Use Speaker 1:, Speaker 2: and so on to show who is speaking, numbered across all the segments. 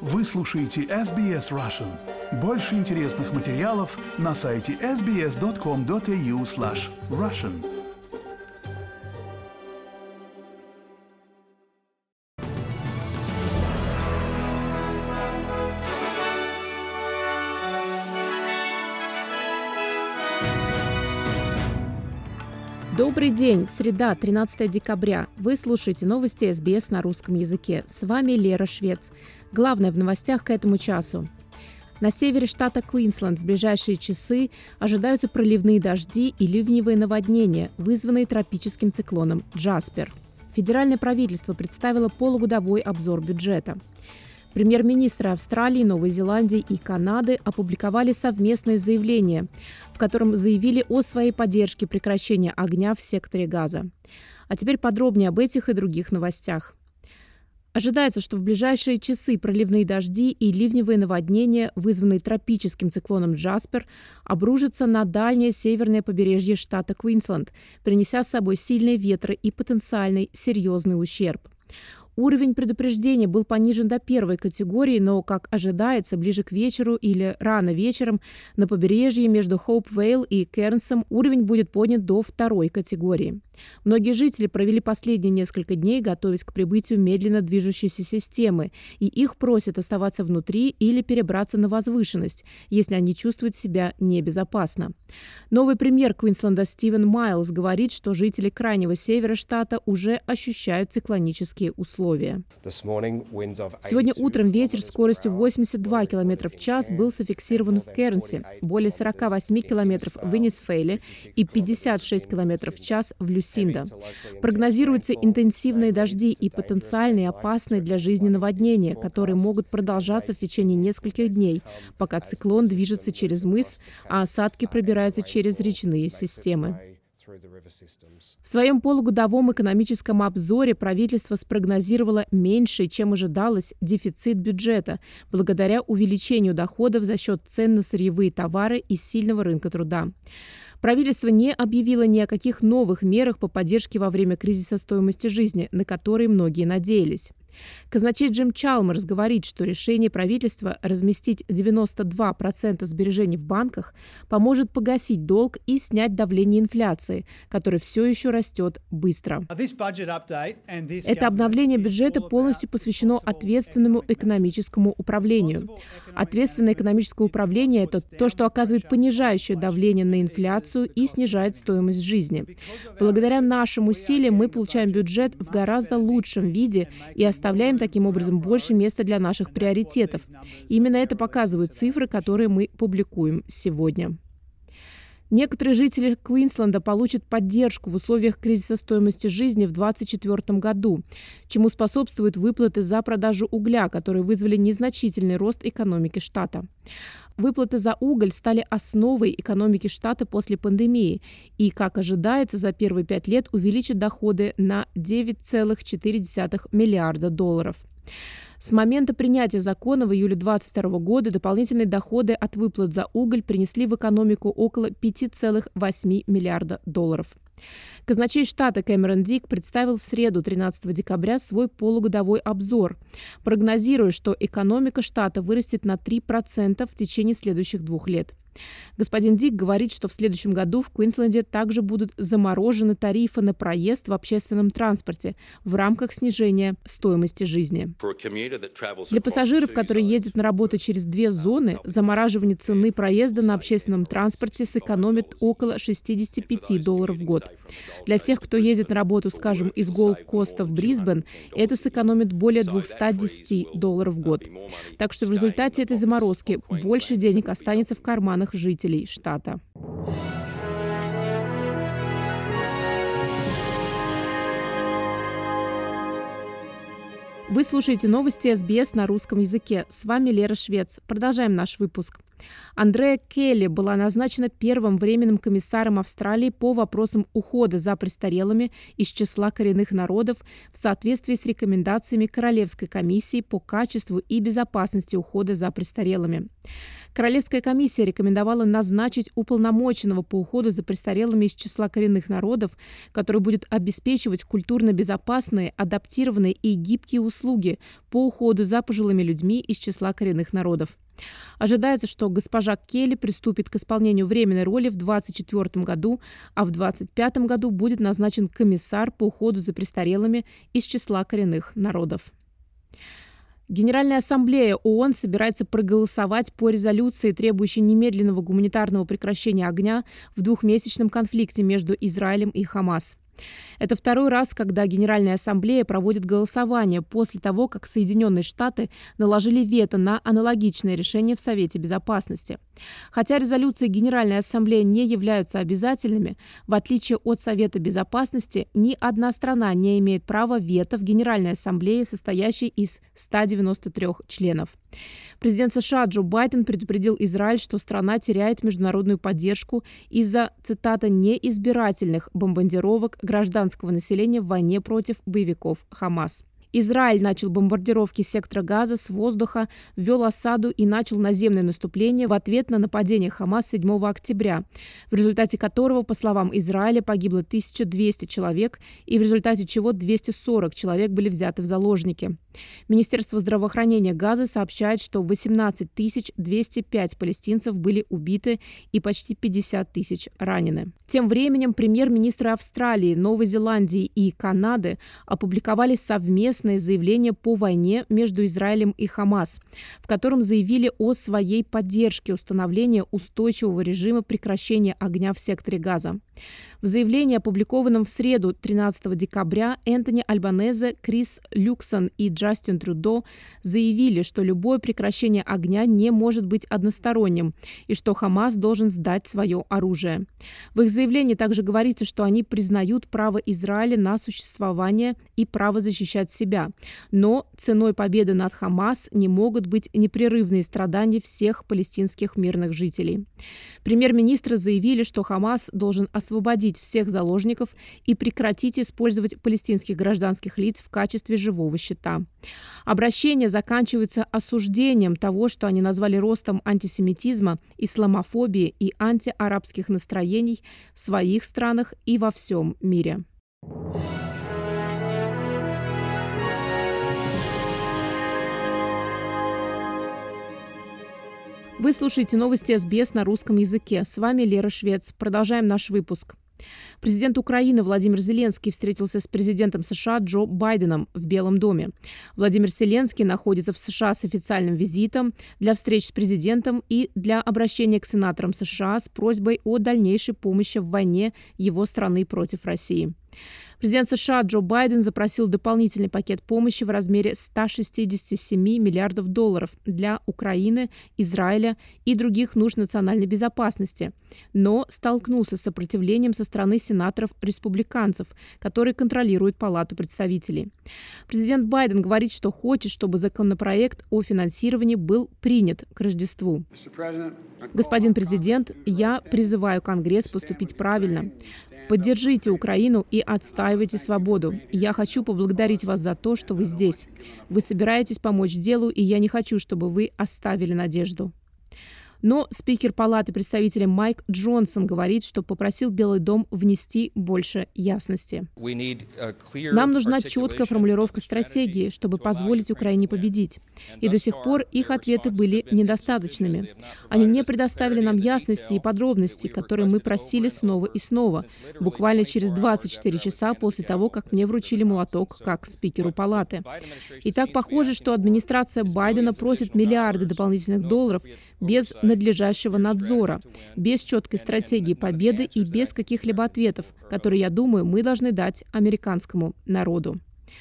Speaker 1: Вы слушаете SBS Russian. Больше интересных материалов на сайте sbs.com.au/russian.
Speaker 2: Добрый день, среда, 13 декабря. Вы слушаете новости СБС на русском языке. С вами Лера Швец. Главное в новостях к этому часу. На севере штата Квинсленд в ближайшие часы ожидаются проливные дожди и ливневые наводнения, вызванные тропическим циклоном Джаспер. Федеральное правительство представило полугодовой обзор бюджета. Премьер-министры Австралии, Новой Зеландии и Канады опубликовали совместное заявление, в котором заявили о своей поддержке прекращения огня в секторе Газа. А теперь подробнее об этих и других новостях. Ожидается, что в ближайшие часы проливные дожди и ливневые наводнения, вызванные тропическим циклоном Джаспер, обрушатся на дальнее северное побережье штата Квинсленд, принеся с собой сильные ветры и потенциальный серьезный ущерб. Уровень предупреждения был понижен до первой категории, но, как ожидается, ближе к вечеру или рано вечером на побережье между Хоупвейл и Кернсом уровень будет поднят до второй категории. Многие жители провели последние несколько дней, готовясь к прибытию медленно движущейся системы, и их просят оставаться внутри или перебраться на возвышенность, если они чувствуют себя небезопасно. Новый премьер Квинсленда Стивен Майлз говорит, что жители крайнего севера штата уже ощущают циклонические условия. Сегодня утром ветер скоростью 82 км в час был зафиксирован в Кернсе, более 48 км в Иннисфейле и 56 км в час в Люсинда. Прогнозируются интенсивные дожди и потенциальные опасные для жизни наводнения, которые могут продолжаться в течение нескольких дней, пока циклон движется через мыс, а осадки пробираются через речные системы. В своем полугодовом экономическом обзоре правительство спрогнозировало меньший, чем ожидалось, дефицит бюджета, благодаря увеличению доходов за счет цен на сырьевые товары и сильного рынка труда. Правительство не объявило ни о каких новых мерах по поддержке во время кризиса стоимости жизни, на которые многие надеялись. Казначей Джим Чалмерс говорит, что решение правительства разместить 92% сбережений в банках поможет погасить долг и снять давление инфляции, которая все еще растет быстро. Это обновление бюджета полностью посвящено ответственному экономическому управлению. Ответственное экономическое управление – это то, что оказывает понижающее давление на инфляцию и снижает стоимость жизни. Благодаря нашим усилиям мы получаем бюджет в гораздо лучшем виде и оставляем таким образом больше места для наших приоритетов. Именно это показывают цифры, которые мы публикуем сегодня. Некоторые жители Квинсленда получат поддержку в условиях кризиса стоимости жизни в 2024 году, чему способствуют выплаты за продажу угля, которые вызвали незначительный рост экономики штата. Выплаты за уголь стали основой экономики штата после пандемии и, как ожидается, за первые 5 лет увеличат доходы на $9,4 миллиарда. С момента принятия закона в июле 2022 года дополнительные доходы от выплат за уголь принесли в экономику около $5,8 миллиарда. Казначей штата Кэмерон Дик представил в среду, 13 декабря, свой полугодовой обзор, прогнозируя, что экономика штата вырастет на 3% в течение следующих 2 лет. Господин Дик говорит, что в следующем году в Квинсленде также будут заморожены тарифы на проезд в общественном транспорте в рамках снижения стоимости жизни. Для пассажиров, которые ездят на работу через 2 зоны, замораживание цены проезда на общественном транспорте сэкономит около $65 в год. Для тех, кто ездит на работу, скажем, из Голд-Коста в Брисбен, это сэкономит более $210 в год. Так что в результате этой заморозки больше денег останется в карманах жителей штата. Вы слушаете новости СБС на русском языке. С вами Лера Швец. Продолжаем наш выпуск. Андреа Келли была назначена первым временным комиссаром Австралии по вопросам ухода за престарелыми из числа коренных народов в соответствии с рекомендациями Королевской комиссии по качеству и безопасности ухода за престарелыми. Королевская комиссия рекомендовала назначить уполномоченного по уходу за престарелыми из числа коренных народов, который будет обеспечивать культурно безопасные, адаптированные и гибкие услуги по уходу за пожилыми людьми из числа коренных народов. Ожидается, что госпожа Келли приступит к исполнению временной роли в 2024 году, а в 2025 году будет назначен комиссар по уходу за престарелыми из числа коренных народов. Генеральная ассамблея ООН собирается проголосовать по резолюции, требующей немедленного гуманитарного прекращения огня в двухмесячном конфликте между Израилем и Хамас. Это второй раз, когда Генеральная ассамблея проводит голосование после того, как Соединенные Штаты наложили вето на аналогичное решение в Совете Безопасности. Хотя резолюции Генеральной ассамблеи не являются обязательными, в отличие от Совета Безопасности, ни одна страна не имеет права вето в Генеральной ассамблее, состоящей из 193 членов. Президент США Джо Байден предупредил Израиль, что страна теряет международную поддержку из-за, цитата, «неизбирательных бомбардировок гражданского населения в войне против боевиков Хамас». Израиль начал бомбардировки сектора Газа с воздуха, ввел осаду и начал наземное наступление в ответ на нападение Хамас 7 октября, в результате которого, по словам Израиля, погибло 1200 человек и в результате чего 240 человек были взяты в заложники. Министерство здравоохранения Газы сообщает, что 18 205 палестинцев были убиты и почти 50 тысяч ранены. Тем временем премьер-министры Австралии, Новой Зеландии и Канады опубликовали совместное заявление по войне между Израилем и Хамас, в котором заявили о своей поддержке установления устойчивого режима прекращения огня в секторе Газа. В заявлении, опубликованном в среду 13 декабря, Энтони Альбанезе, Крис Люксон и Джастин Трюдо заявили, что любое прекращение огня не может быть односторонним и что Хамас должен сдать свое оружие. В их заявлении также говорится, что они признают право Израиля на существование и право защищать себя, но ценой победы над Хамас не могут быть непрерывные страдания всех палестинских мирных жителей. Премьер-министры заявили, что Хамас должен освободить всех заложников и прекратить использовать палестинских гражданских лиц в качестве живого щита. Обращение заканчивается осуждением того, что они назвали ростом антисемитизма, исламофобии и антиарабских настроений в своих странах и во всем мире. Вы слушаете новости СБС на русском языке. С вами Лера Швец. Продолжаем наш выпуск. Президент Украины Владимир Зеленский встретился с президентом США Джо Байденом в Белом доме. Владимир Зеленский находится в США с официальным визитом для встреч с президентом и для обращения к сенаторам США с просьбой о дальнейшей помощи в войне его страны против России. Президент США Джо Байден запросил дополнительный пакет помощи в размере 167 миллиардов долларов для Украины, Израиля и других нужд национальной безопасности, но столкнулся с сопротивлением со стороны сенаторов-республиканцев, которые контролируют Палату представителей. Президент Байден говорит, что хочет, чтобы законопроект о финансировании был принят к Рождеству. Господин президент, я призываю Конгресс поступить правильно. Поддержите Украину и отстаивайте свободу. Я хочу поблагодарить вас за то, что вы здесь. Вы собираетесь помочь делу, и я не хочу, чтобы вы оставили надежду. Но спикер Палаты представителей Майк Джонсон говорит, что попросил Белый дом внести больше ясности. Нам нужна четкая формулировка стратегии, чтобы позволить Украине победить. И до сих пор их ответы были недостаточными. Они не предоставили нам ясности и подробностей, которые мы просили снова и снова, буквально через 24 часа после того, как мне вручили молоток как спикеру Палаты. И так похоже, что администрация Байдена просит миллиарды дополнительных долларов без надлежащего надзора, без четкой стратегии победы и без каких-либо ответов, которые, я думаю, мы должны дать американскому народу.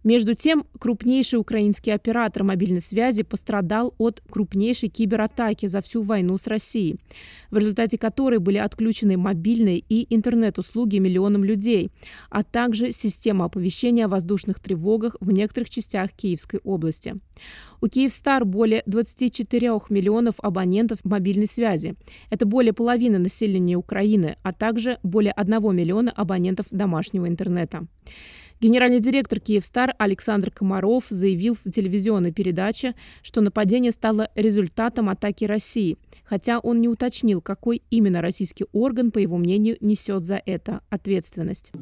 Speaker 2: Между тем, крупнейший украинский оператор мобильной связи пострадал от крупнейшей кибератаки за всю войну с Россией, в результате которой были отключены мобильные и интернет-услуги миллионам людей, а также система оповещения о воздушных тревогах в некоторых частях Киевской области. У Kyivstar более 24 миллионов абонентов мобильной связи. Это более половины населения Украины, а также более 1 миллиона абонентов домашнего интернета. Генеральный директор Kyivstar Александр Комаров заявил в телевизионной передаче, что нападение стало результатом атаки России, хотя он не уточнил, какой именно российский орган, по его мнению, несет за это ответственность.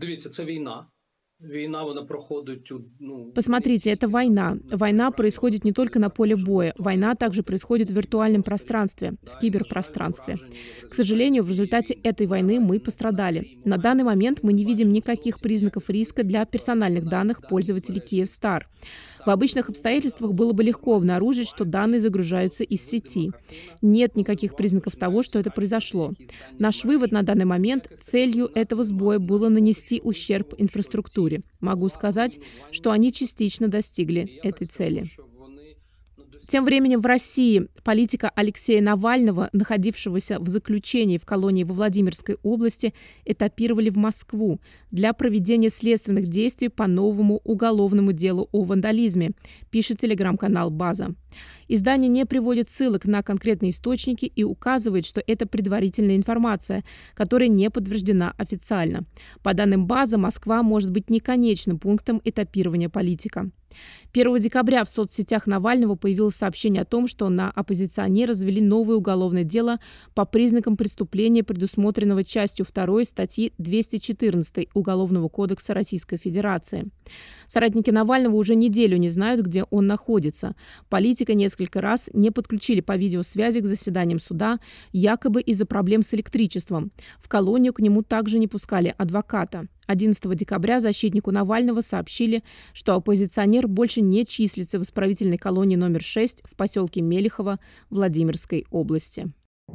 Speaker 2: Посмотрите, это война. Война происходит не только на поле боя. Война также происходит в виртуальном пространстве, в киберпространстве. К сожалению, в результате этой войны мы пострадали. На данный момент мы не видим никаких признаков риска для персональных данных пользователей Kyivstar. В обычных обстоятельствах было бы легко обнаружить, что данные загружаются из сети. Нет никаких признаков того, что это произошло. Наш вывод на данный момент – целью этого сбоя было нанести ущерб инфраструктуре. Могу сказать, что они частично достигли этой цели. Тем временем в России политика Алексея Навального, находившегося в заключении в колонии во Владимирской области, этапировали в Москву для проведения следственных действий по новому уголовному делу о вандализме, пишет телеграм-канал «База». Издание не приводит ссылок на конкретные источники и указывает, что это предварительная информация, которая не подтверждена официально. По данным «База», Москва может быть не конечным пунктом этапирования политика. 1 декабря в соцсетях Навального появилось сообщение о том, что на оппозиционера завели новое уголовное дело по признакам преступления, предусмотренного частью 2 статьи 214 Уголовного кодекса Российской Федерации. Соратники Навального уже неделю не знают, где он находится. Политика несколько раз не подключили по видеосвязи к заседаниям суда, якобы из-за проблем с электричеством. В колонию к нему также не пускали адвоката. 11 декабря защитнику Навального сообщили, что оппозиционер больше не числится в исправительной колонии номер 6 в поселке Мелехово Владимирской области.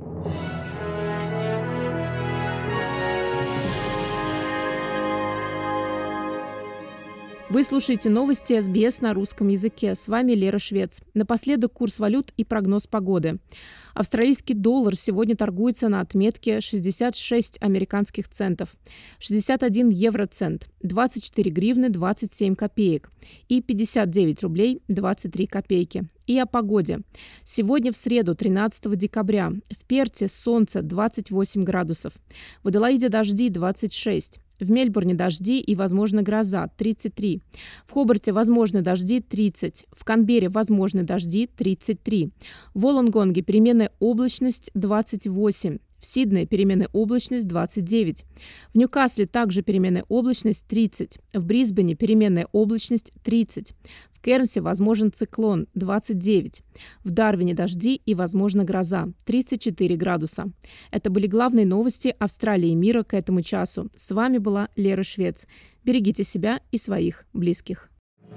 Speaker 2: Вы слушаете новости СБС на русском языке. С вами Лера Швец. Напоследок курс валют и прогноз погоды. Австралийский доллар сегодня торгуется на отметке 66 американских центов, 61 евроцент, 24 гривны 27 копеек и 59 рублей 23 копейки. И о погоде. Сегодня в среду, 13 декабря, в Перте солнце 28 градусов, в Аделаиде дожди 26. В Мельбурне дожди и, возможно, гроза – 33. В Хобарте возможны дожди – 30. В Канберре возможны дожди – 33. В Волонгонге переменная облачность – 28. В Сиднее переменная облачность – 29. В Ньюкасле также переменная облачность – 30. В Брисбене переменная облачность – 30. В Кернсе возможен циклон – 29. В Дарвине дожди и, возможно, гроза – 34 градуса. Это были главные новости Австралии и мира к этому часу. С вами была Лера Швец. Берегите себя и своих близких.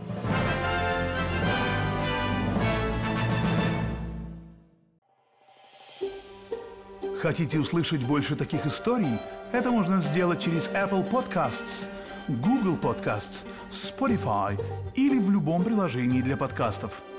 Speaker 1: Хотите услышать больше таких историй? Это можно сделать через Apple Podcasts, Google Podcasts, Spotify или в любом приложении для подкастов.